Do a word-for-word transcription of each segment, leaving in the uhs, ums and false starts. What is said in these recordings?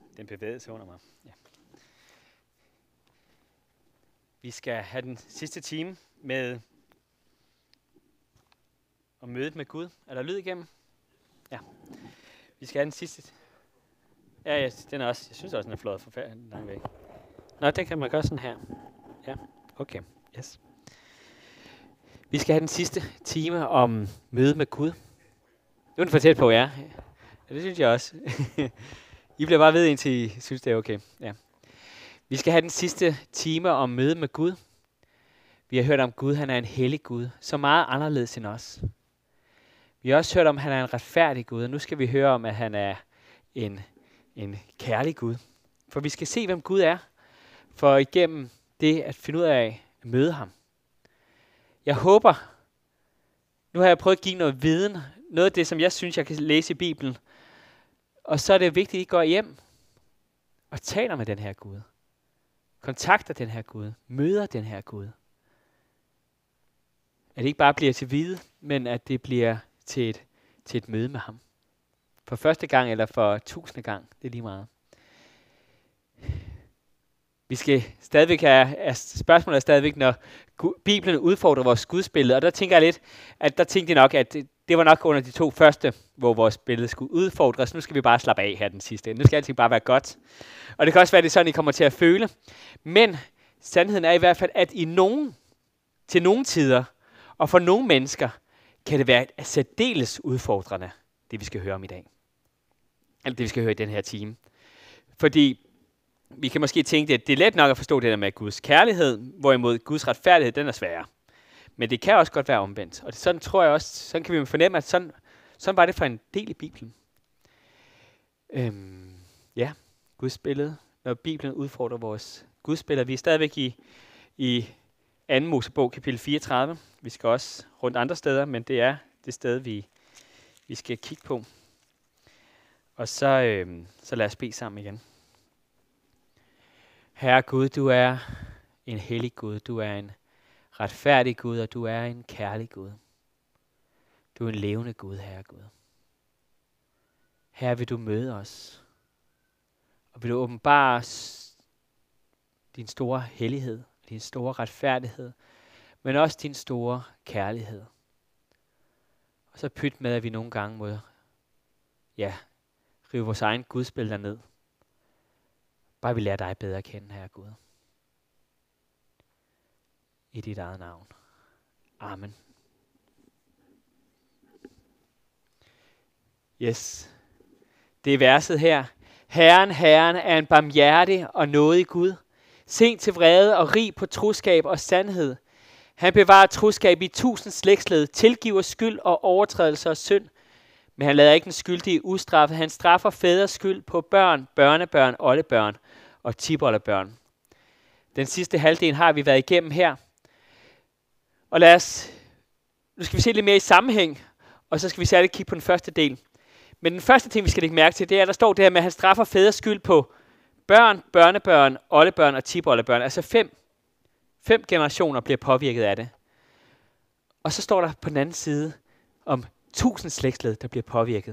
Den bevægede sig under mig. Ja. Vi skal have den sidste time med om mødet med Gud. Er der lyd igennem? Ja. Vi skal have den sidste. Ja, ja, den er også. Jeg synes også, den er flot forfærdelig langt væk. Nå, det kan man gøre sådan her. Ja, okay. Yes. Vi skal have den sidste time om mødet med Gud. Nu er den for tæt på jer. Ja, det synes jeg også. I bliver bare ved, indtil I synes, det er okay. Ja. Vi skal have den sidste time om mødet med Gud. Vi har hørt om Gud, han er en hellig Gud, så meget anderledes end os. Vi har også hørt om, at han er en retfærdig Gud, og nu skal vi høre om, at han er en, en kærlig Gud. For vi skal se, hvem Gud er, for igennem det at finde ud af at møde ham. Jeg håber, nu har jeg prøvet at give noget viden, noget af det, som jeg synes, jeg kan læse i Bibelen, og så er det vigtigt, at I går hjem og taler med den her Gud. Kontakter den her Gud. Møder den her Gud. At det ikke bare bliver til vide, men at det bliver til et, til et møde med ham. For første gang eller for tusinde gang. Det er lige meget. Vi skal stadigvæk have, er spørgsmålet er stadigvæk, når Bibelen udfordrer vores gudsbillede. Og der tænker jeg lidt, at der tænkte jeg nok, at det, det var nok under de to første, hvor vores billede skulle udfordres. Nu skal vi bare slappe af her den sidste. Nu skal alting bare være godt. Og det kan også være, det er sådan, I kommer til at føle. Men sandheden er i hvert fald, at i nogen, til nogle tider, og for nogle mennesker, kan det være et særdeles udfordrende, det vi skal høre om i dag. Eller det vi skal høre i den her time. Fordi vi kan måske tænke, at det er let nok at forstå det der med Guds kærlighed, hvorimod Guds retfærdighed, den er sværere. Men det kan også godt være omvendt. Og det, sådan tror jeg også, sådan kan vi fornemme, at sådan, sådan var det for en del i Bibelen. Øhm, ja, Guds billede. Når Bibelen udfordrer vores Guds billede. Vi er stadigvæk i, i anden Mosebog, kapitel fireogtredive. Vi skal også rundt andre steder, men det er det sted, vi, vi skal kigge på. Og så, øhm, så lad os bede sammen igen. Herre Gud, du er en hellig Gud. Du er en retfærdig Gud, og du er en kærlig Gud. Du er en levende Gud, Herre Gud. Herre, vil du møde os? Og vil du åbenbare os din store hellighed, din store retfærdighed, men også din store kærlighed. Og så pyt med, at vi nogle gange må ja, rive vores egen gudsbilleder ned. Bare vi lærer dig bedre at kende, Herre Gud. I dit eget navn. Amen. Yes. Det er verset her. Herren, Herren er en barmhjertig og nådig Gud. Sent til vrede og rig på troskab og sandhed. Han bevarer troskab i tusind slægtsled, tilgiver skyld og overtrædelser og synd. Men han lader ikke den skyldige ustraffet. Han straffer fædres skyld på børn, børnebørn, oldebørn og tipoldebørn. Den sidste halvdel har vi været igennem her. Og lad os, nu skal vi se lidt mere i sammenhæng, og så skal vi særligt kigge på den første del. Men den første ting, vi skal lægge mærke til, det er, at der står det her med, at han straffer fædres skyld på børn, børnebørn, oldebørn og tipoldebørn. Altså fem, fem generationer bliver påvirket af det. Og så står der på den anden side om tusind slægtsled, der bliver påvirket.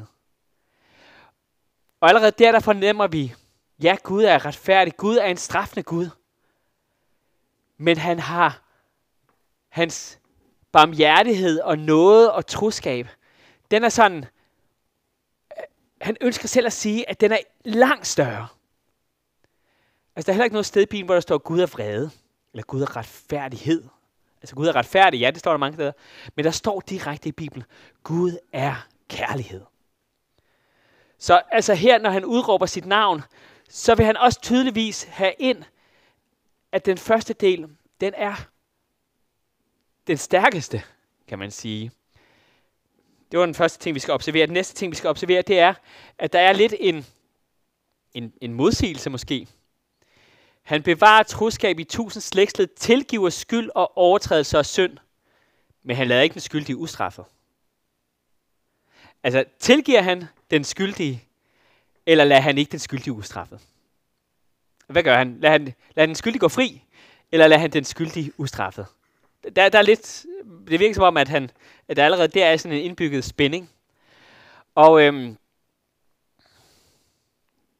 Og allerede der, der fornemmer vi, ja, Gud er retfærdig. Gud er en straffende Gud. Men han har hans barmhjertighed og nåde og troskab. Den er sådan, han ønsker selv at sige, at den er langt større. Altså, der er heller ikke noget sted i Bibelen, hvor der står, Gud er vrede. Eller Gud er retfærdighed. Altså, Gud er retfærdig, ja, det står der mange steder. Men der står direkte i Bibelen, Gud er kærlighed. Så altså her, når han udråber sit navn, så vil han også tydeligvis have ind, at den første del, den er den stærkeste, kan man sige. Det var den første ting, vi skal observere. Den næste ting, vi skal observere, det er, at der er lidt en, en, en modsigelse måske. Han bevarer troskab i tusind slægtsled, tilgiver skyld og overtrædelser og synd, men han lader ikke den skyldige ustraffet. Altså, tilgiver han den skyldige, eller lader han ikke den skyldige ustraffet? Hvad gør han? Lader han, lader han den skyldige gå fri, eller lader han den skyldige ustraffet? Der, der er lidt, det virker som om, at, han, at der allerede der er sådan en indbygget spænding. Og øhm,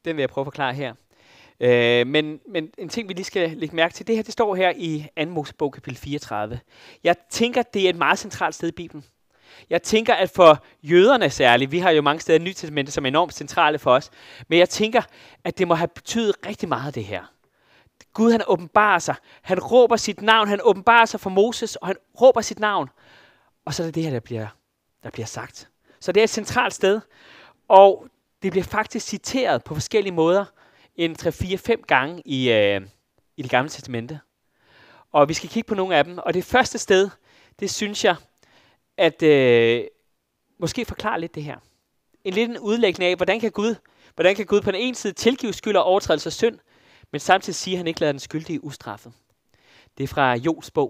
Den vil jeg prøve at forklare her. Øh, men, men en ting, vi lige skal lægge mærke til, det her, det står her i anden Mosebog, kapitel fireogtredive. Jeg tænker, det er et meget centralt sted i Bibelen. Jeg tænker, at for jøderne særligt, vi har jo mange steder i Nye Testamentet, som er enormt centrale for os, men jeg tænker, at det må have betydet rigtig meget det her. Gud, han åbenbarer sig. Han råber sit navn. Han åbenbarer sig for Moses, og han råber sit navn. Og så er det det her, der bliver, der bliver sagt. Så det er et centralt sted, og det bliver faktisk citeret på forskellige måder, en tre, fire, fem gange i, øh, i det gamle testamente. Og vi skal kigge på nogle af dem. Og det første sted, det synes jeg, at øh, måske forklare lidt det her. En lille udlægning af, hvordan kan Gud, hvordan kan Gud på den ene side tilgive skyld og overtrædelse af synd, men samtidig sige, at han ikke lader den skyldige ustraffet. Det er fra Jobs bog.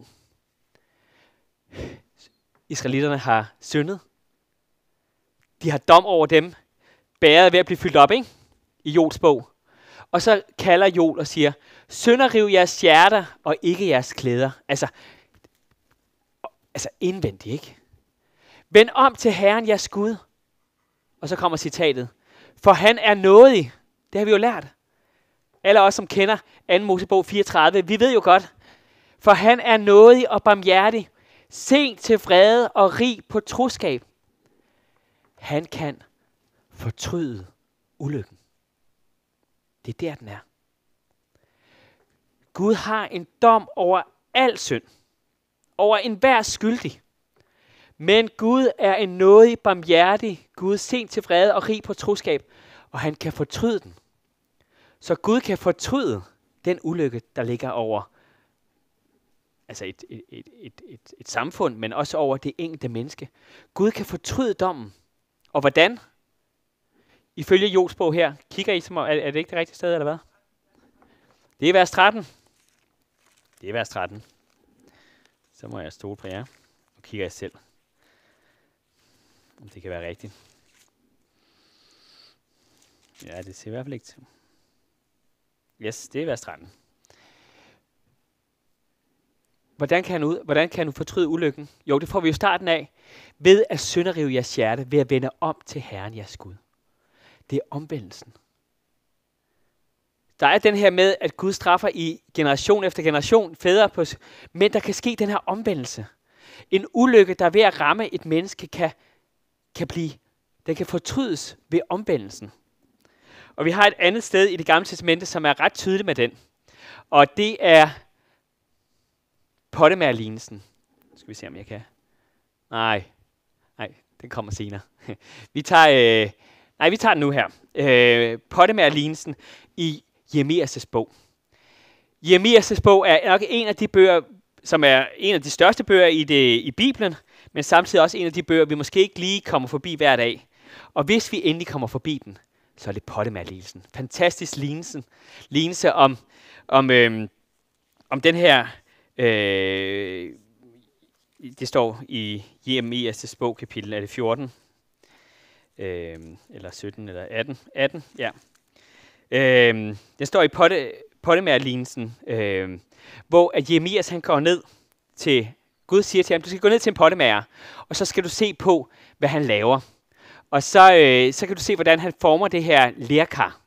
Israelitterne har syndet. De har dom over dem. Bæret er ved at blive fyldt op, ikke? I Jobs bog. Og så kalder Job og siger, sønderriv jeres hjerter og ikke jeres klæder. Altså, altså indvendigt, ikke? Vend om til Herren, jeres Gud. Og så kommer citatet. For han er nådig. Det har vi jo lært. Alle os, som kender anden Mosebog fireogtredive, vi ved jo godt. For han er nådig og barmhjertig, sent til vrede og rig på troskab. Han kan fortryde ulykken. Det er der, den er. Gud har en dom over al synd. Over enhver skyldig. Men Gud er en nådig, barmhjertig Gud, sent til vrede og rig på troskab. Og han kan fortryde den. Så Gud kan fortryde den ulykke, der ligger over altså et, et, et, et, et, et samfund, men også over det enkelte menneske. Gud kan fortryde dommen. Og hvordan? Ifølge Jobs bog her, kigger I, som, er, er det ikke det rigtige sted, eller hvad? Det er vers tretten. Det er vers tretten. Så må jeg stole på jer. Og kigger jeg selv, om det kan være rigtigt. Ja, det ser i hvert fald ikke til. Yes, det er vers tretten. Hvordan kan, han ud, hvordan kan han fortryde ulykken? Jo, det får vi jo starten af. Ved at sønderrive jeres hjerte, ved at vende om til Herren, jeres Gud. Det er omvendelsen. Der er den her med, at Gud straffer i generation efter generation fædre på, men der kan ske den her omvendelse. En ulykke, der ved at ramme et menneske, kan, kan blive, den kan fortrydes ved omvendelsen. Og vi har et andet sted i det gamle testamente, som er ret tydeligt med den. Og det er pottemagerlignelsen. Skal vi se, om jeg kan. Nej, nej, den kommer senere. vi tager, øh, nej, vi tager den nu her. Øh, pottemagerlignelsen i Jeremias' bog. Jeremias' bog er nok en af de bøger, som er en af de største bøger i, det, i Bibelen, men samtidig også en af de bøger, vi måske ikke lige kommer forbi hver dag. Og hvis vi endelig kommer forbi den, så er det pottemagerlignelsen. Fantastisk lignelse, lignelse om, om, øh, om den her, øh, det står i Jeremias' bog, kapitel, er det fjorten? Øh, eller sytten, eller atten? atten, ja. Øh, den står i potte, pottemagerlignelsen, øh, hvor at Jeremias han går ned til, Gud siger til ham, du skal gå ned til en pottemager, og så skal du se på, hvad han laver. Og så, øh, så kan du se, hvordan han former det her lerkar.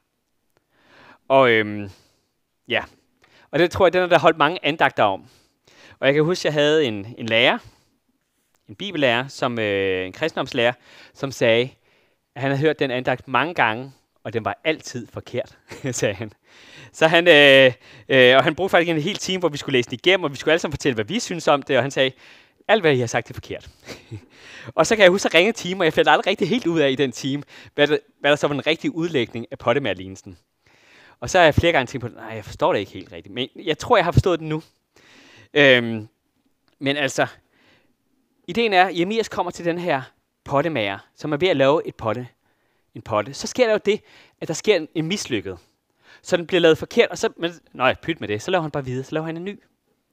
Og øh, ja, og det tror jeg, den er der holdt mange andagter om. Og jeg kan huske, at jeg havde en, en lærer, en bibellærer, som, øh, en kristendomslærer, som sagde, at han havde hørt den andagt mange gange, og den var altid forkert, sagde han. Så han, øh, øh, og han brugte faktisk en hel time, hvor vi skulle læse den igennem, og vi skulle alle sammen fortælle, hvad vi synes om det, og han sagde, alt hvad I har sagt er forkert. Og så kan jeg huske at ringe time, og jeg fandt aldrig rigtig helt ud af i den time, hvad der, hvad der så var en rigtig udlægning af pottemagerlignelsen. Og så har jeg flere gange tænkt på, nej, jeg forstår det ikke helt rigtigt, men jeg tror, jeg har forstået det nu. Øhm, men altså, ideen er, at Jeremias kommer til den her pottemager, som er ved at lave et potte, en potte. Så sker der jo det, at der sker en, en mislykket. Så den bliver lavet forkert, og så, men, nej, pyt med det, så laver han bare videre, så laver han en ny.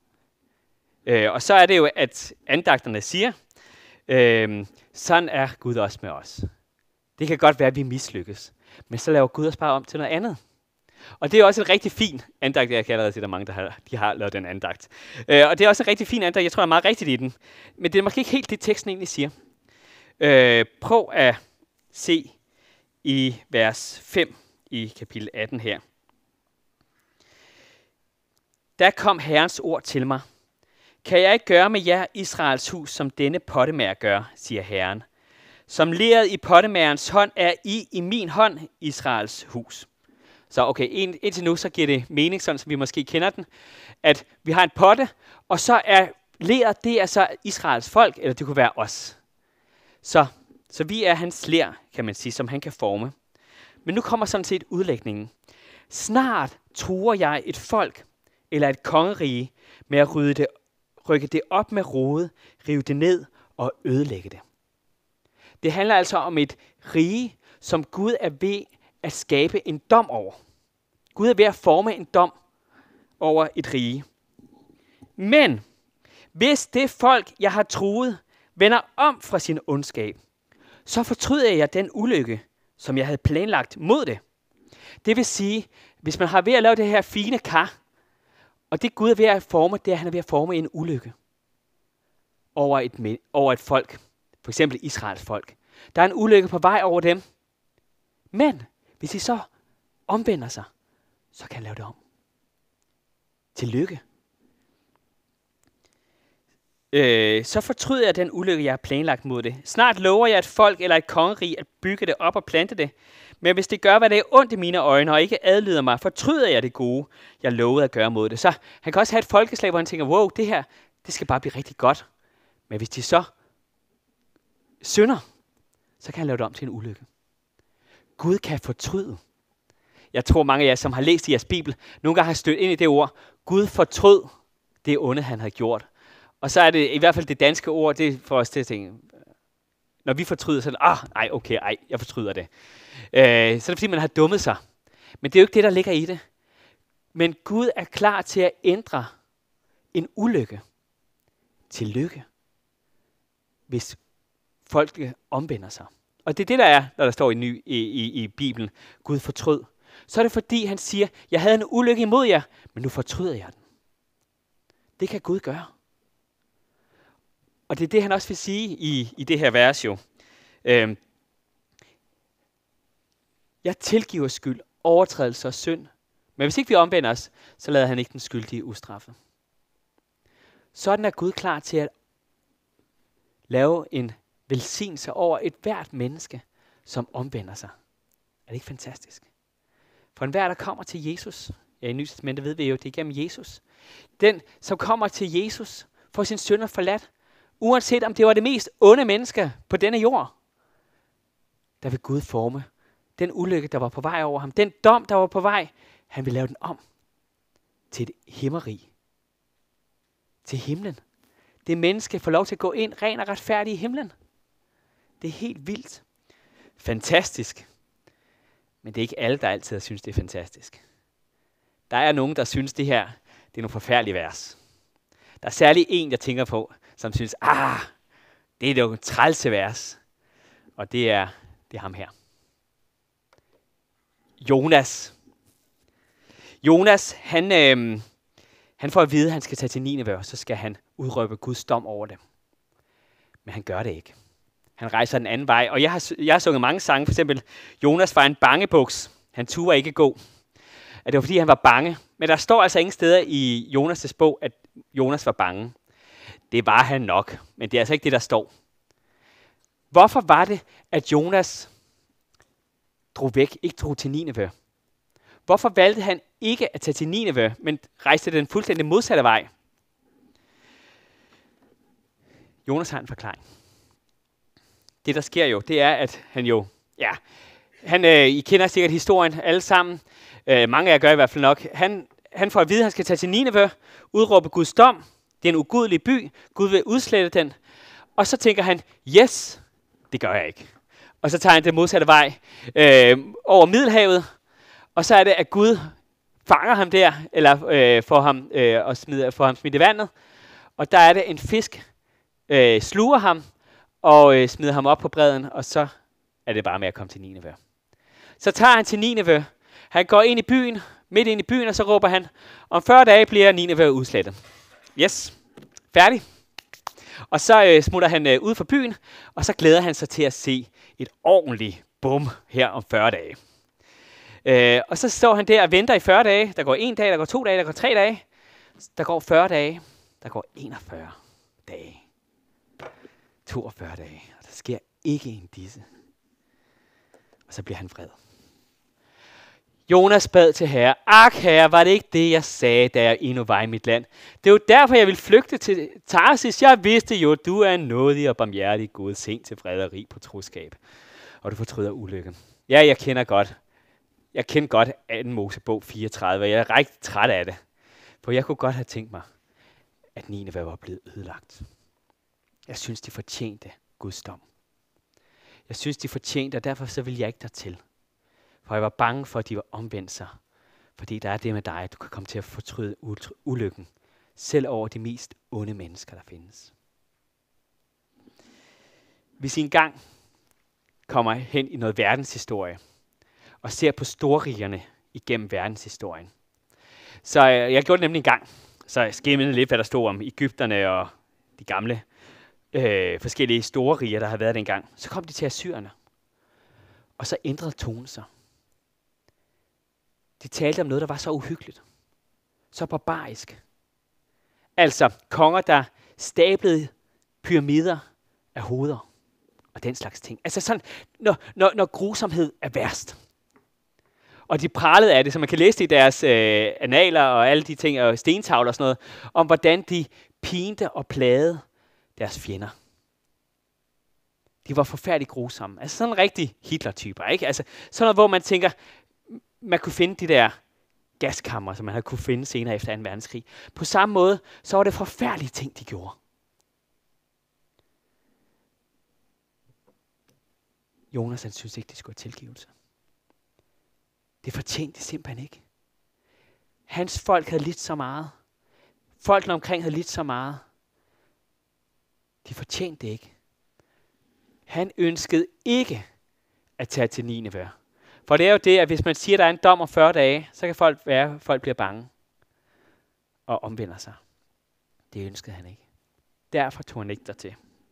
Øh, og så er det jo, at andagterne siger, øh, sådan er Gud også med os. Det kan godt være, at vi mislykkes, men så laver Gud os bare om til noget andet. Og det er også en rigtig fin andagt, jeg kan allerede se, at der er mange, der har, de har lavet den andagt. Øh, og det er også en rigtig fin andagt, jeg tror, der er meget rigtigt i den. Men det er måske ikke helt det, teksten egentlig siger. Øh, prøv at se i vers fem i kapitel atten her. Der kom Herrens ord til mig. Kan jeg ikke gøre med jer, Israels hus, som denne pottemager gør, siger Herren. Som leret i pottemagerens hånd er I i min hånd, Israels hus. Så okay, indtil nu så giver det mening, sådan som vi måske kender den, at vi har en potte, og så er leret, det er så Israels folk, eller det kunne være os. Så, så vi er hans ler, kan man sige, som han kan forme. Men nu kommer sådan set udlægningen. Snart truer jeg et folk, eller et kongerige, med at rydde det, rykke det op med rode, rive det ned og ødelægge det. Det handler altså om et rige, som Gud er ved at skabe en dom over. Gud er ved at forme en dom over et rige. Men hvis det folk, jeg har truet, vender om fra sin ondskab, så fortryder jeg den ulykke, som jeg havde planlagt mod det. Det vil sige, hvis man har ved at lave det her fine kar, og det Gud er ved at forme, det er, at han er ved at forme en ulykke over et, over et folk. For eksempel Israels folk. Der er en ulykke på vej over dem. Men hvis de så omvender sig, så kan han lave det om. Tillykke. Øh, så fortryder jeg den ulykke, jeg har planlagt mod det. Snart lover jeg et folk eller et kongerige at bygge det op og plante det. Men hvis det gør, hvad det er ondt i mine øjne, og ikke adlyder mig, fortryder jeg det gode, jeg lovede at gøre mod det. Så han kan også have et folkeslag, hvor han tænker, wow, det her, det skal bare blive rigtig godt. Men hvis de så synder, så kan han lave det om til en ulykke. Gud kan fortryde. Jeg tror mange af jer, som har læst i jeres Bibel, nogle gange har stødt ind i det ord, Gud fortrød det onde, han havde gjort. Og så er det i hvert fald det danske ord, det får os til at tænke, når vi fortryder, så er det, ah, nej, okay, ej, jeg fortryder det. Øh, så er det fordi, man har dummet sig. Men det er jo ikke det, der ligger i det. Men Gud er klar til at ændre en ulykke til lykke, hvis folk omvender sig. Og det er det, der er, når der står i, ny, i, i, i Bibelen, Gud fortrød. Så er det fordi, han siger, jeg havde en ulykke imod jer, men nu fortryder jeg den. Det kan Gud gøre. Og det er det, han også vil sige i, i det her vers jo. Øhm, jeg tilgiver skyld, overtrædelse og synd. Men hvis ikke vi omvender os, så lader han ikke den skyldige ustraffet. Sådan er Gud klar til at lave en velsignelse over et hvert menneske, som omvender sig. Er det ikke fantastisk? For enhver, der kommer til Jesus, ja i Nye Testamentet ved vi jo, det er gennem Jesus. Den, som kommer til Jesus, får sin synder forladt, uanset om det var det mest onde menneske på denne jord, der vil Gud forme den ulykke, der var på vej over ham, den dom, der var på vej, han vil lave den om til et himmerig, til himlen. Det menneske får lov til at gå ind ren og retfærdig i himlen. Det er helt vildt. Fantastisk. Men det er ikke alle, der altid har synes, det er fantastisk. Der er nogen, der synes, det her det er nogle forfærdelige vers. Der er særlig en, jeg tænker på, som synes, ah, det er jo en trælse vers. Og det er, det er ham her. Jonas. Jonas, han, øh, han får at vide, at han skal tage til Nineve, og så skal han udrøbe Guds dom over det. Men han gør det ikke. Han rejser den anden vej, og jeg har, jeg har sunget mange sange, for eksempel, Jonas var en bangebuks. Han turde ikke gå. At det var fordi, han var bange. Men der står altså ingen steder i Jonas' bog, at Jonas var bange. Det var han nok, men det er altså ikke det, der står. Hvorfor var det, at Jonas drog væk, ikke drog til Nineve? Hvorfor valgte han ikke at tage til Nineve, men rejste den fuldstændig modsatte vej? Jonas har en forklaring. Det, der sker jo, det er, at han jo, ja, han, øh, I kender sikkert historien alle sammen. Øh, mange af jer gør i hvert fald nok. Han, han får at vide, at han skal tage til Nineve, udråbe Guds dom. Det er en ugudelig by. Gud vil udslette den. Og så tænker han, yes, det gør jeg ikke. Og så tager han den modsatte vej øh, over Middelhavet. Og så er det, at Gud fanger ham der, eller øh, får ham, øh, og smider, får ham smidt i vandet. Og der er det, en fisk øh, sluger ham, og øh, smider ham op på bredden, og så er det bare med at komme til Nineve. Så tager han til Nineve. Han går ind i byen, midt ind i byen, og så råber han, om fyrre dage bliver Nineve udslettet. Yes, færdig. Og så øh, smutter han øh, ud fra byen, og så glæder han sig til at se et ordentligt bum her om fyrre dage. Øh, og så står han der og venter i fyrre dage. Der går en dag, der går to dage, der går tre dage. Der går fyrre dage. Der går enogfyrre dage. toogfyrre dage. Og der sker ikke en disse. Og så bliver han vred. Jonas bad til herre, ak herre, var det ikke det, jeg sagde, da jeg endnu var i mit land? Det er jo derfor, jeg ville flygte til Tarsis. Jeg vidste jo, du er en nådig og barmhjertig Gud, sent til fred og rig på troskab. Og du fortryder ulykken. Ja, jeg kender godt. Jeg kender godt anden Mosebog fireogtredive, og jeg er rigtig træt af det. For jeg kunne godt have tænkt mig, at Nineve var blevet ødelagt. Jeg synes, de fortjente Guds dom. Jeg synes, de fortjente, og derfor så ville jeg ikke dertil. For jeg var bange for, at de var omvendt sig. Fordi der er det med dig, at du kan komme til at fortryde ulykken. Selv over de mest onde mennesker, der findes. Hvis I engang kommer hen i noget verdenshistorie, og ser på storrigerne igennem verdenshistorien. Så øh, jeg gjorde det nemlig en gang. Så jeg skimmede lidt, hvad der stod om Egypterne og de gamle øh, forskellige store riger, der har været dengang. Så kom de til Assyrerne. Og så ændrede tonen sig. De talte om noget, der var så uhyggeligt. Så barbarisk. Altså konger, der stablede pyramider af hoveder. Og den slags ting. Altså sådan, når, når, når grusomhed er værst. Og de pralede af det, så man kan læse det i deres øh, analer og alle de ting, og stentavler og sådan noget, om hvordan de pinte og plagede deres fjender. De var forfærdeligt grusomme. Altså sådan en rigtig Hitler-typer, ikke? Altså sådan noget, hvor man tænker, man kunne finde de der gaskammer, som man havde kunne finde senere efter anden verdenskrig. På samme måde, så var det forfærdelige ting, de gjorde. Jonas, han synes ikke, de skulle have tilgivelse. Det fortjente de simpelthen ikke. Hans folk havde lidt så meget. Folkene omkring havde lidt så meget. De fortjente det ikke. Han ønskede ikke at tage til Nineve. For det er jo det, at hvis man siger, at der er en dom om fyrre dage, så kan folk være, at folk bliver bange og omvender sig. Det ønskede han ikke. Derfor tog han ikke dertil.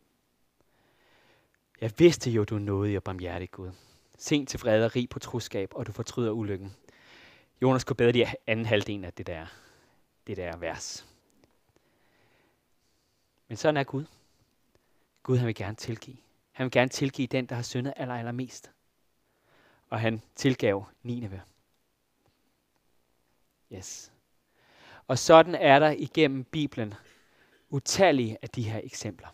Jeg vidste jo, du er nådig og barmhjertig Gud. Sent til fred og rig på troskab, og du fortryder ulykken. Jonas kunne bedre de anden halvdel af det der, det der vers. Men sådan er Gud. Gud, han vil gerne tilgive. Han vil gerne tilgive den, der har syndet aller, allermest. Og han tilgav Nineve. Yes. Og sådan er der igennem Bibelen utallige af de her eksempler.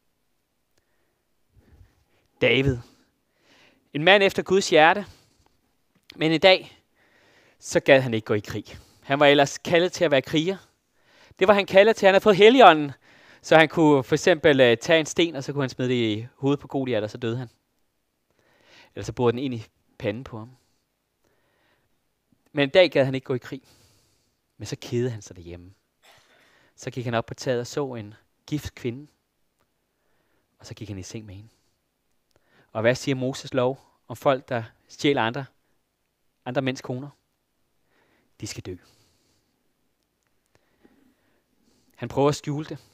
David. En mand efter Guds hjerte. Men i dag, så gad han ikke gå i krig. Han var ellers kaldet til at være kriger. Det var han kaldet til. Han havde fået Helligånden, så han kunne for eksempel uh, tage en sten, og så kunne han smide det i hovedet på Goliat, og så døde han. Eller så borede den ind i panden på ham. Men en dag gad han ikke gå i krig. Men så kedede han sig derhjemme. Så gik han op på taget og så en gift kvinde. Og så gik han i seng med hende. Og hvad siger Moses lov om folk, der stjæler andre, andre mænds koner? De skal dø. Han prøver at skjule det.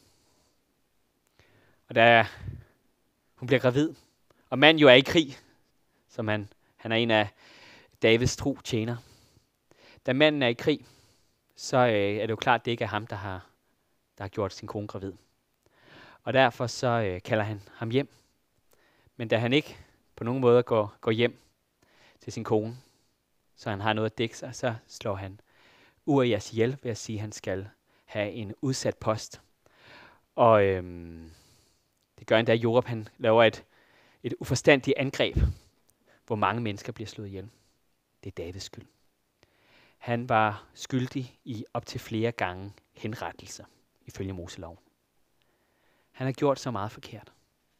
Og da hun bliver gravid, og manden jo er i krig, som han, han er en af Davids tro tjener. Da manden er i krig, så øh, er det jo klart, at det ikke er ham, der har, der har gjort sin kone gravid. Og derfor så øh, kalder han ham hjem. Men da han ikke på nogen måde går, går hjem til sin kone, så han har noget at dække sig, så slår han Urias ihjel ved at sige, at han skal have en udsat post. Og øhm, det gør han, da Jorab han laver et, et uforstandigt angreb, hvor mange mennesker bliver slået ihjel. Det er Davids skyld. Han var skyldig i op til flere gange henrettelser, ifølge Moselov. Han har gjort så meget forkert.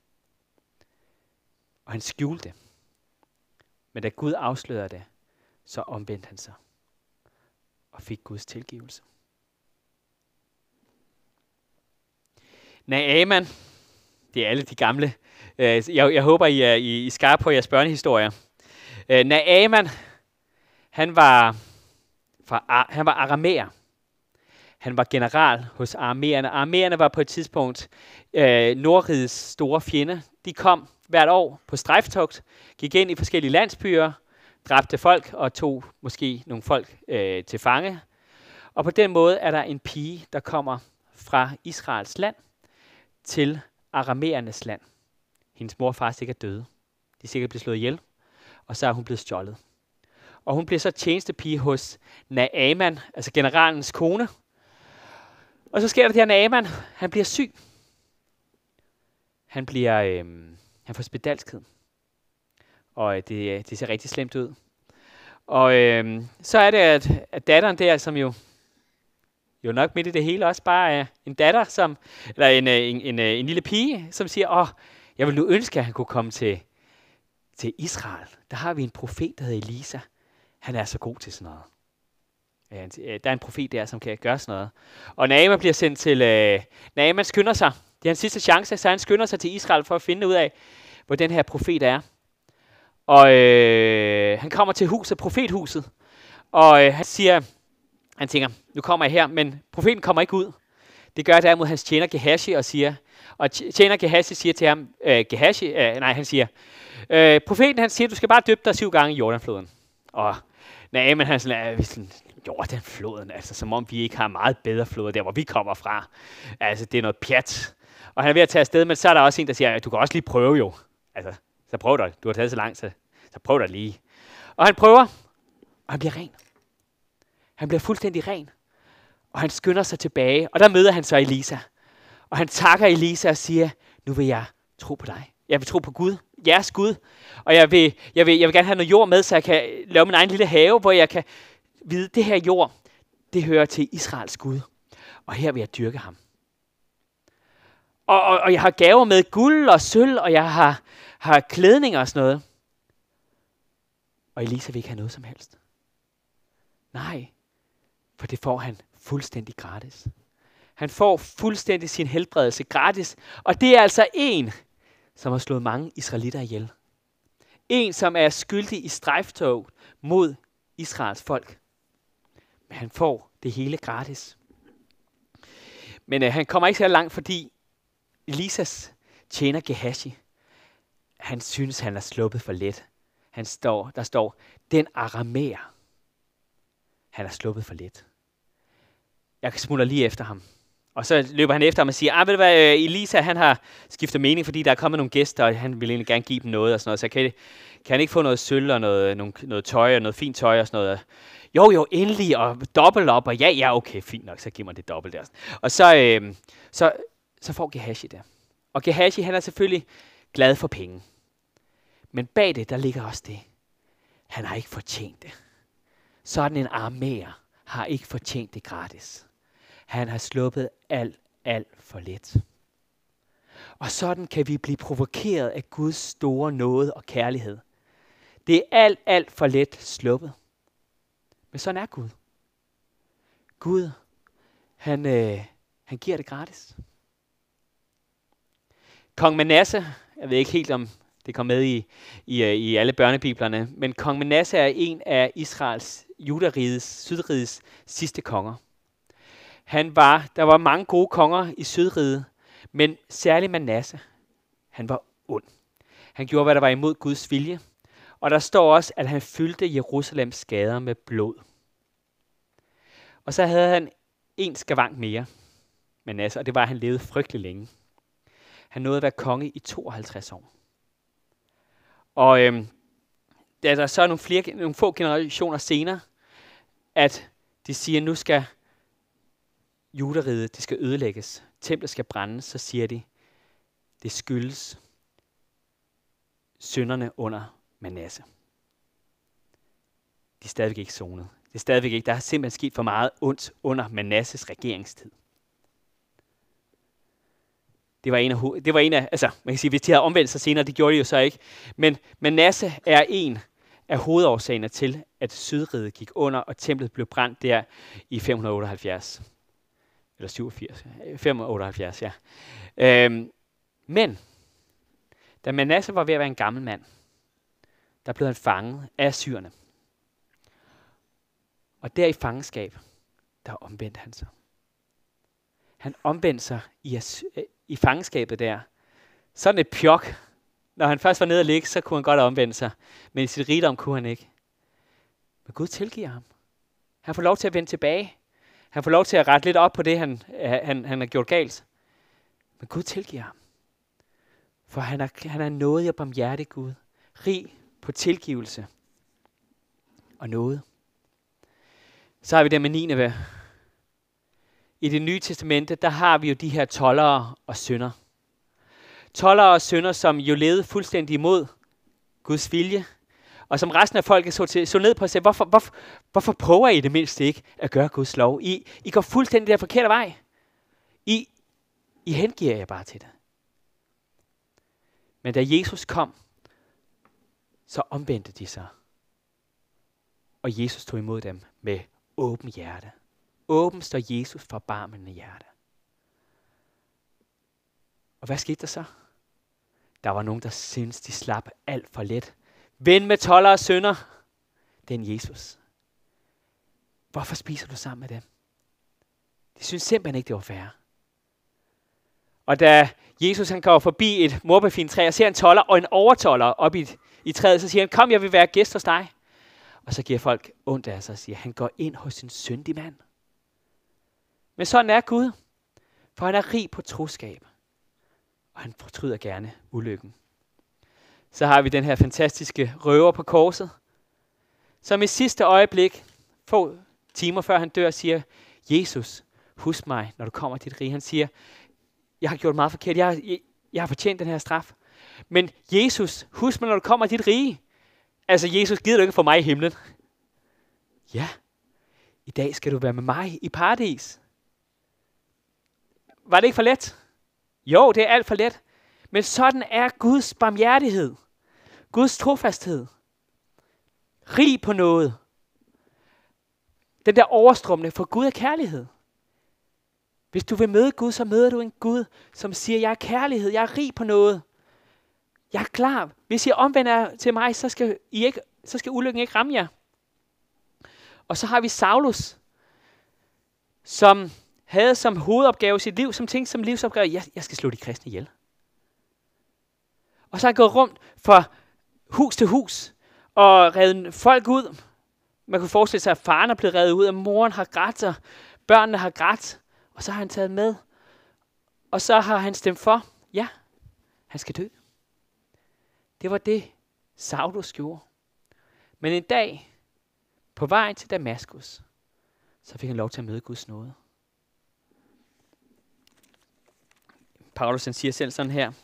Og han skjulte det. Men da Gud afslørede det, så omvendte han sig og fik Guds tilgivelse. Naaman, det er alle de gamle. Jeg, jeg håber, I er, I er skarpe på jeres børnehistorier. Naaman, han var, fra, han var aramæer. Han var general hos aramæerne. Aramæerne var på et tidspunkt øh, Nordrigets store fjende. De kom hvert år på strejftogt, gik ind i forskellige landsbyer, dræbte folk og tog måske nogle folk øh, til fange. Og på den måde er der en pige, der kommer fra Israels land til aramæernes land. Hendes mor og far er sikkert døde. De er sikkert blevet slået ihjel, og så er hun blevet stjålet. Og hun bliver så tjenestepige hos Naaman, altså generalens kone. Og så sker der det her, Naaman, han bliver syg. Han bliver, øh, han får spedalskhed. Og øh, det, det ser rigtig slemt ud. Og øh, så er det, at, at datteren der, som jo, jo nok midt i det hele også bare er en datter, som, eller en, en, en, en lille pige, som siger, åh, jeg vil nu ønske, at han kunne komme til, til Israel. Der har vi en profet, der hedder Elisa. Han er så god til sådan noget. Ja, der er en profet der, som kan gøre sådan noget. Og Naaman bliver sendt til, øh, Naaman skynder sig. Det er hans sidste chance, så han skynder sig til Israel for at finde ud af, hvor den her profet er. Og øh, han kommer til huset, profethuset, og øh, han siger, han tænker, nu kommer jeg her, men profeten kommer ikke ud. Det gør derimod hans tjener Gehazi og siger, og tjener Gehazi siger til ham, øh, Gehazi, øh, nej, han siger, øh, profeten han siger, du skal bare døbe dig syv gange i Jordanfloden. Og nej, men han sådan, sådan, Jordanfloden, altså som om vi ikke har meget bedre floder der, hvor vi kommer fra. Altså det er noget pjat. Og han er ved at tage afsted, men så er der også en, der siger, du kan også lige prøve jo. Altså, så prøv dig. Du har taget så langt, så, så prøv dig lige. Og han prøver, og han bliver ren. Han bliver fuldstændig ren. Og han skynder sig tilbage, og der møder han så Elisa. Og han takker Elisa og siger, nu vil jeg tro på dig. Jeg vil tro på Gud, jeres Gud. Og jeg vil, jeg vil, jeg vil gerne have noget jord med, så jeg kan lave min egen lille have, hvor jeg kan vide, det her jord, det hører til Israels Gud. Og her vil jeg dyrke ham. Og, og, og jeg har gaver med guld og sølv, og jeg har, har klædning og sådan noget. Og Elisa vil ikke have noget som helst. Nej, for det får han fuldstændig gratis. Han får fuldstændig sin helbredelse gratis. Og det er altså en, som har slået mange israelitter ihjel. En, som er skyldig i strejftog mod Israels folk. Men han får det hele gratis. Men øh, han kommer ikke så langt, fordi Elisas tjener Gehazi, han synes, han er sluppet for let. Han står, der står, den aramæer, han er sluppet for let. Jeg smutter lige efter ham. Og så løber han efter ham og siger, ah, ved du hvad, Elisa, han har skiftet mening, fordi der er kommet nogle gæster, og han vil egentlig gerne give dem noget og sådan noget. Så kan, kan han ikke få noget sølv og noget, noget, noget tøj og noget fint tøj og sådan noget. Jo, jo, endelig, og dobbelt op, og ja, ja, okay, fint nok, så giver man det dobbelt der. Og så, øh, så, så får Gehazi det. Og Gehazi, han er selvfølgelig glad for penge. Men bag det, der ligger også det. Han har ikke fortjent det. Sådan en aramæer har ikke fortjent det gratis. Han har sluppet alt, alt for let. Og sådan kan vi blive provokeret af Guds store nåde og kærlighed. Det er alt, alt for let sluppet. Men sådan er Gud. Gud, han, øh, han giver det gratis. Kong Manasse, jeg ved ikke helt om det kom med i, i, i alle børnebiblerne, men kong Manasse er en af Israels, Judarigets, Sydrigets sidste konger. Han var, der var mange gode konger i Sydriget, men særligt Manasse, han var ond. Han gjorde, hvad der var imod Guds vilje, og der står også, at han fyldte Jerusalems gader med blod. Og så havde han en skavank mere, Manasse, og det var, at han levede frygtelig længe. Han nåede at være konge i tooghalvtreds år. Og øhm, da der så er nogle, flere, nogle få generationer senere, at de siger, at nu skal Judariget, det skal ødelægges, templet skal brændes, så siger de, det skyldes synderne under Manasse. De er stadigvæk ikke sonet. Det er stadigvæk ikke. Der er simpelthen sket for meget ondt under Manasses regeringstid. Det var en af, det var en af, altså man kan sige, hvis de havde omvendt sig senere, det gjorde de jo så ikke. Men Manasse er en af hovedårsagerne til, at Sydriget gik under, og templet blev brændt der i fem hundrede otteoghalvfjerds. Eller syvogfirs. fem hundrede otteoghalvfjerds, ja. Øhm, men, da Manasse var ved at være en gammel mand, der blev han fanget af syrerne. Og der i fangenskab, der omvendte han sig. Han omvendte sig i, i fangenskabet der. Sådan et pjok. Når han først var nede og ligge, så kunne han godt omvende sig. Men i sit rigdom kunne han ikke. Men Gud tilgiver ham. Han får lov til at vende tilbage. Han får lov til at rette lidt op på det, han, han, han har gjort galt. Men Gud tilgiver ham. For han er, han er nådig og barmhjertig Gud. Rig på tilgivelse og nåde. Så har vi det med Nineve. I det nye testamente, der har vi jo de her toldere og syndere. Toldere og syndere, som jo levede fuldstændig imod Guds vilje. Og som resten af folket så, til, så ned på og sagde, hvorfor, hvorfor, hvorfor prøver I det mindste ikke at gøre Guds lov? I, I går fuldstændig der forkerte vej. I, I hengiver jer bare til det. Men da Jesus kom, så omvendte de sig. Og Jesus tog imod dem med åben hjerte. Åben står Jesus for barmende hjerte. Og hvad skete der så? Der var nogen, der syntes, de slap alt for let. Ven med toldere og synder. Det er en Jesus. Hvorfor spiser du sammen med dem? De synes simpelthen ikke, det var fair. Og da Jesus han går forbi et morbefint træ og ser en tolder og en overtolder op i, i træet, så siger han, kom, jeg vil være gæst hos dig. Og så giver folk ondt af sig og siger, han går ind hos en syndig mand. Men sådan er Gud, for han er rig på troskab. Og han fortryder gerne ulykken. Så har vi den her fantastiske røver på korset, som i sidste øjeblik, få timer før han dør, siger, Jesus, husk mig, når du kommer til dit rige. Han siger, jeg har gjort meget forkert, jeg har, jeg, jeg har fortjent den her straf. Men Jesus, husk mig, når du kommer til dit rige. Altså, Jesus, gider du ikke for mig i himlen? Ja, i dag skal du være med mig i paradis. Var det ikke for let? Jo, det er alt for let. Men sådan er Guds barmhjertighed. Guds trofasthed. Rig på noget. Den der overstrømmende, for Gud er kærlighed. Hvis du vil møde Gud, så møder du en Gud, som siger, jeg er kærlighed, jeg er rig på noget. Jeg er klar. Hvis I omvender til mig, så skal, I ikke, så skal ulykken ikke ramme jer. Og så har vi Saulus, som havde som hovedopgave i sit liv, som tænkte som livsopgave, jeg, jeg skal slå de kristne ihjel. Og så har han gået rundt fra hus til hus og revet folk ud. Man kunne forestille sig, at faren er blevet revet ud, og moren har grædt, og børnene har grædt. Og så har han taget med. Og så har han stemt for, ja, han skal dø. Det var det, Saulus gjorde. Men en dag, på vej til Damaskus, så fik han lov til at møde Guds nåde. Paulus han siger selv sådan her.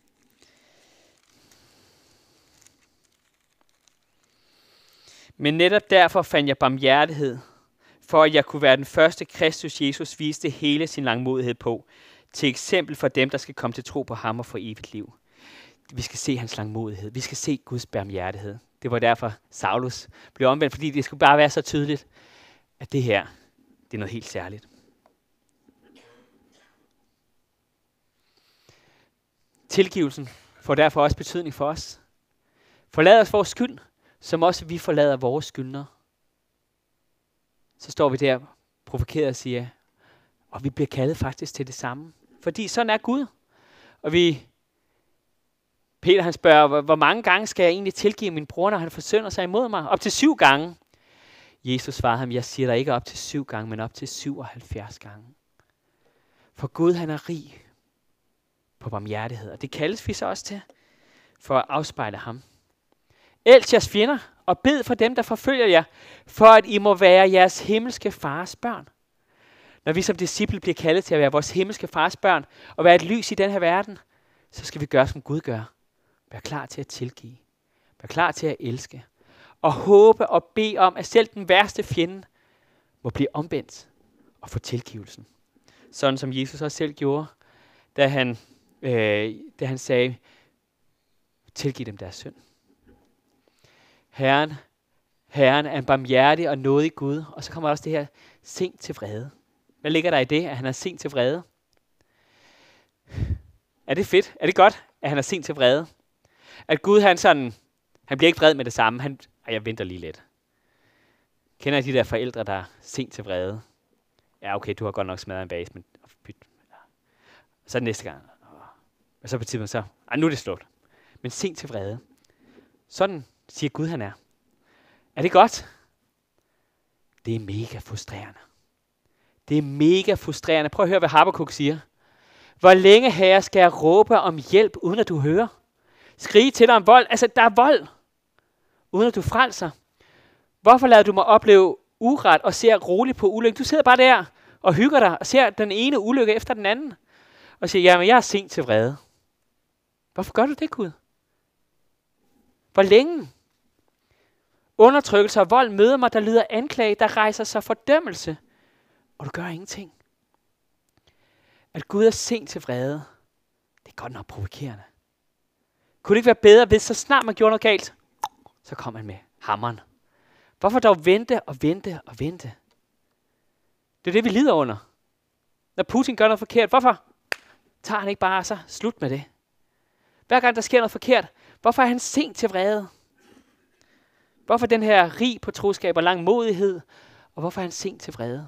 Men netop derfor fandt jeg barmhjertighed, for at jeg kunne være den første Kristus Jesus viste hele sin langmodighed på, til eksempel for dem, der skal komme til tro på ham og få evigt liv. Vi skal se hans langmodighed. Vi skal se Guds barmhjertighed. Det var derfor Saulus blev omvendt, fordi det skulle bare være så tydeligt, at det her, det er noget helt særligt. Tilgivelsen får derfor også betydning for os. Forlad os vores skyld, som også vi forlader vores skyldnere. Så står vi der provokeret og siger, og vi bliver kaldet faktisk til det samme. Fordi sådan er Gud. Og vi, Peter han spørger, hvor mange gange skal jeg egentlig tilgive min bror, når han forsynder sig imod mig? Op til syv gange. Jesus svarede ham, jeg siger dig ikke op til syv gange, men op til syvoghalvfjerds gange. For Gud han er rig på barmhjertighed. Og det kaldes vi så også til, for at afspejle ham. Elsk jeres fjender, og bed for dem, der forfølger jer, for at I må være jeres himmelske fars børn. Når vi som disciple bliver kaldet til at være vores himmelske fars børn, og være et lys i den her verden, så skal vi gøre, som Gud gør. Vær klar til at tilgive. Vær klar til at elske. Og håbe og bede om, at selv den værste fjende må blive omvendt og få tilgivelsen. Sådan som Jesus også selv gjorde, da han, øh, da han sagde, tilgiv dem deres synd. Herren, Herren er en barmhjertig og nådig Gud. Og så kommer også det her, sent til vrede. Hvad ligger der i det, at han er sent til vrede? Er det fedt? Er det godt, at han er sent til vrede? At Gud, han sådan, han bliver ikke vred med det samme. Han, ej, jeg venter lige lidt. Kender I de der forældre, der er sent til vrede? Ja, okay, du har godt nok smadret en base, men byt. Ja. Og så næste gang. Og så på tidspunkt så, ej, nu er det slut. Men sent til vrede. Sådan siger Gud, han er. Er det godt? Det er mega frustrerende. Det er mega frustrerende. Prøv at høre, hvad Habakuk siger. Hvor længe, Herre, skal jeg råbe om hjælp, uden at du hører? Skrige til dig om vold. Altså, der er vold, uden at du frelser. Hvorfor lader du mig opleve uret og ser roligt på ulykken? Du sidder bare der og hygger dig og ser den ene ulykke efter den anden. Og siger, jamen jeg er sent til vrede. Hvorfor gør du det, Gud? Hvor længe? Undertrykkelse og vold møder mig, der lyder anklage, der rejser sig fordømmelse. Og du gør ingenting. At Gud er sent til vrede, det er godt nok provokerende. Kunne det ikke være bedre, hvis så snart man gjorde noget galt, så kom han med hammeren. Hvorfor dog vente og vente og vente? Det er det, vi lider under. Når Putin gør noget forkert, hvorfor tager han ikke bare så slut med det? Hver gang der sker noget forkert, hvorfor er han sent til vrede? Hvorfor den her rig på troskab og langmodighed? Og hvorfor er han sent til vrede?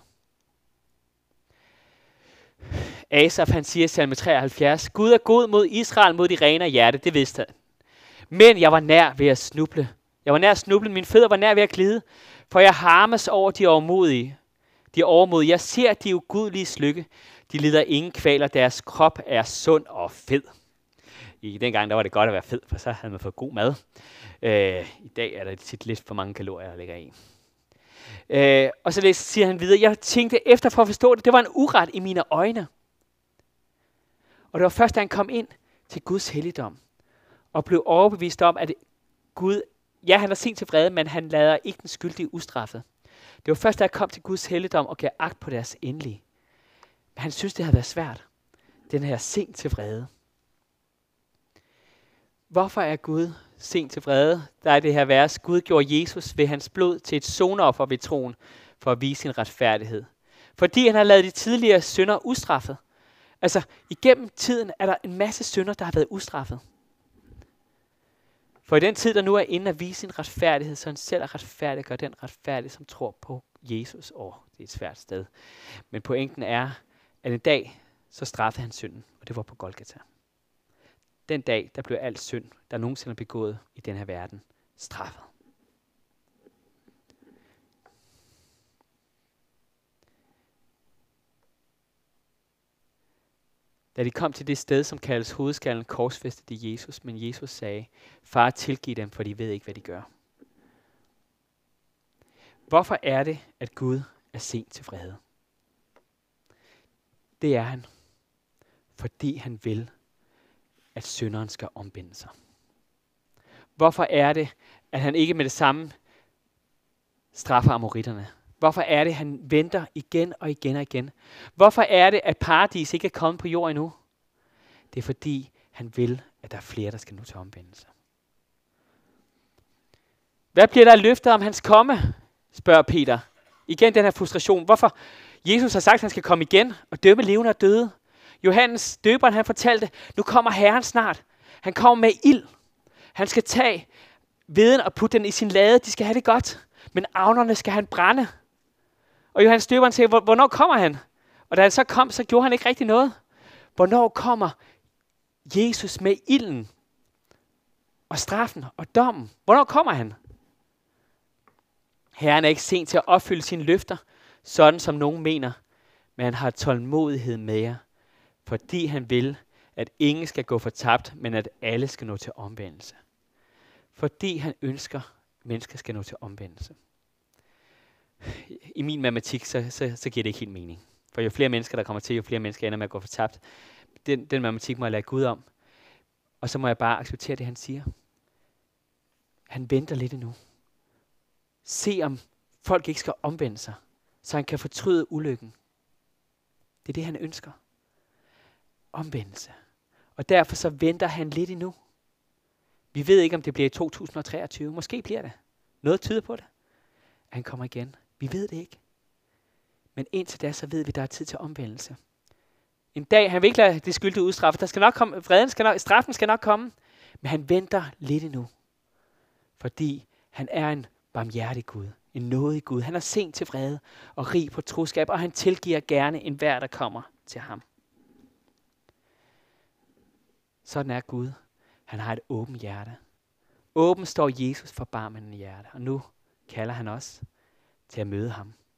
Asaf, han siger i salme treoghalvfjerds, Gud er god mod Israel, mod de rene af hjerte, det vidste han. Men jeg var nær ved at snuble. Jeg var nær at snuble, mine fødder var nær ved at glide, for jeg harmes over de overmodige. De overmodige, jeg ser de ugudelige lykke. De lider ingen kvaler, deres krop er sund og fed. I den gang, der var det godt at være fed, for så havde man fået god mad. Øh, I dag er der tit lidt for mange kalorier, der ligger i. Øh, og så siger han videre, jeg tænkte efter for at forstå det, det var en uret i mine øjne. Og det var først, da han kom ind til Guds helligdom, og blev overbevist om, at Gud, ja, han er sent til vrede, men han lader ikke den skyldige ustraffet. Det var først, da jeg kom til Guds helligdom og gav agt på deres endelige. Men han synes, det havde været svært. Den her sent til vrede. Hvorfor er Gud sent til vrede? Der er det her vers. Gud gjorde Jesus ved hans blod til et sonoffer ved troen, for at vise sin retfærdighed. Fordi han har lavet de tidligere synder ustraffet. Altså, igennem tiden er der en masse synder, der har været ustraffet. For i den tid, der nu er inde at vise sin retfærdighed, så han selv er retfærdig, gør den retfærdige, som tror på Jesus. Åh, det er et svært sted. Men pointen er, at en dag, så straffede han synden, og det var på Golgata. Den dag, der blev alt synd, der nogensinde er begået i den her verden, straffet. Da de kom til det sted, som kaldes hovedskallen, korsfæstede de Jesus, men Jesus sagde, far, tilgiv dem, for de ved ikke, hvad de gør. Hvorfor er det, at Gud er sent til vrede? Det er han, fordi han vil, at synderen skal ombinde sig. Hvorfor er det, at han ikke med det samme straffer amoritterne? Hvorfor er det, at han venter igen og igen og igen? Hvorfor er det, at paradis ikke er kommet på jord endnu? Det er fordi, han vil, at der er flere, der skal nu til omvendelse. Hvad bliver der løftet om hans komme? Spørger Peter. Igen den her frustration. Hvorfor? Jesus har sagt, at han skal komme igen og dømme levende og døde. Johannes døberen, han fortalte, nu kommer Herren snart. Han kommer med ild. Han skal tage veden og putte den i sin lade. De skal have det godt. Men avnerne skal han brænde. Og Johannes døberen siger, hvornår kommer han? Og da han så kom, så gjorde han ikke rigtig noget. Hvornår kommer Jesus med ilden og straffen og dommen? Hvornår kommer han? Herren er ikke sent til at opfylde sine løfter, sådan som nogen mener, men han har tålmodighed med jer, fordi han vil, at ingen skal gå fortabt, men at alle skal nå til omvendelse. Fordi han ønsker, at mennesker skal nå til omvendelse. I min matematik, så, så, så giver det ikke helt mening. For jo flere mennesker, der kommer til, jo flere mennesker ender med at gå fortabt. Den, den matematik må jeg lade Gud om. Og så må jeg bare acceptere det, han siger. Han venter lidt endnu. Se om folk ikke skal omvende sig, så han kan fortryde ulykken. Det er det, han ønsker. Omvendelse. Og derfor så venter han lidt endnu. Vi ved ikke, om det bliver i to tusind og treogtyve. Måske bliver det. Noget tyder på det. Han kommer igen. Vi ved det ikke. Men indtil da, så ved vi, at der er tid til omvendelse. En dag, han vil ikke lade det skyldige udstraffe. Der skal nok komme, vreden skal nok, straffen skal nok komme. Men han venter lidt endnu. Fordi han er en barmhjertig Gud. En nådig Gud. Han er sent til vrede og rig på troskab. Og han tilgiver gerne enhver, der kommer til ham. Sådan er Gud. Han har et åbent hjerte. Åben står Jesus for barmen i hjerte. Og nu kalder han os til at møde ham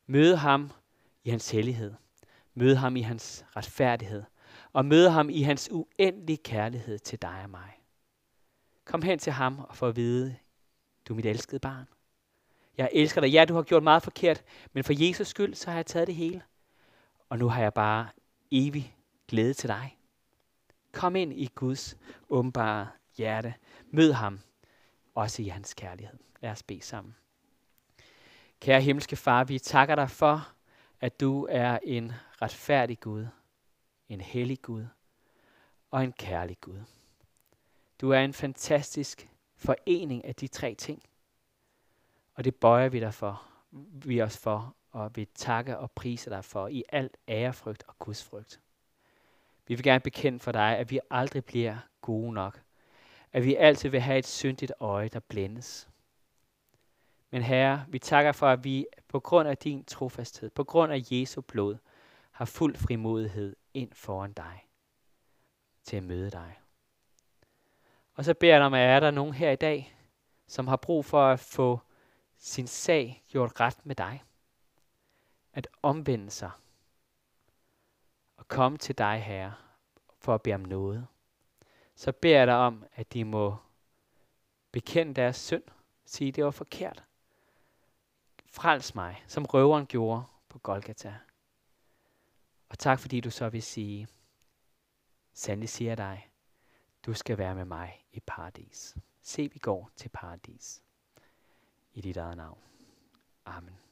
Møde ham i hans hellighed. Møde ham i hans retfærdighed. Og møde ham i hans uendelige kærlighed til dig og mig. Kom hen til ham og få at vide, du er mit elskede barn. Jeg elsker dig. Ja, du har gjort meget forkert, men for Jesus skyld, så har jeg taget det hele. Og nu har jeg bare evig glæde til dig. Kom ind i Guds åbenbare hjerte. Mød ham, også i hans kærlighed. Lad os bede sammen. Kære himmelske far, vi takker dig for, at du er en retfærdig Gud, en hellig Gud og en kærlig Gud. Du er en fantastisk forening af de tre ting. Og det bøjer vi dig for, vi os for, og vi takker og priser dig for i alt ærefrygt og gudsfrygt. Vi vil gerne bekende for dig, at vi aldrig bliver gode nok. At vi altid vil have et syndigt øje, der blændes. Men Herre, vi takker for, at vi på grund af din trofasthed, på grund af Jesu blod, har fuld frimodighed ind foran dig, til at møde dig. Og så beder jeg dig om, at er der nogen her i dag, som har brug for at få sin sag gjort ret med dig. At omvende sig og komme til dig, Herre, for at bede om noget. Så beder jeg dig om, at de må bekende deres synd, sige, det var forkert. Frels mig, som røveren gjorde på Golgata. Og tak, fordi du så vil sige, sandelig siger jeg dig, du skal være med mig i paradis. Se, vi går til paradis. I dit eget navn. Amen.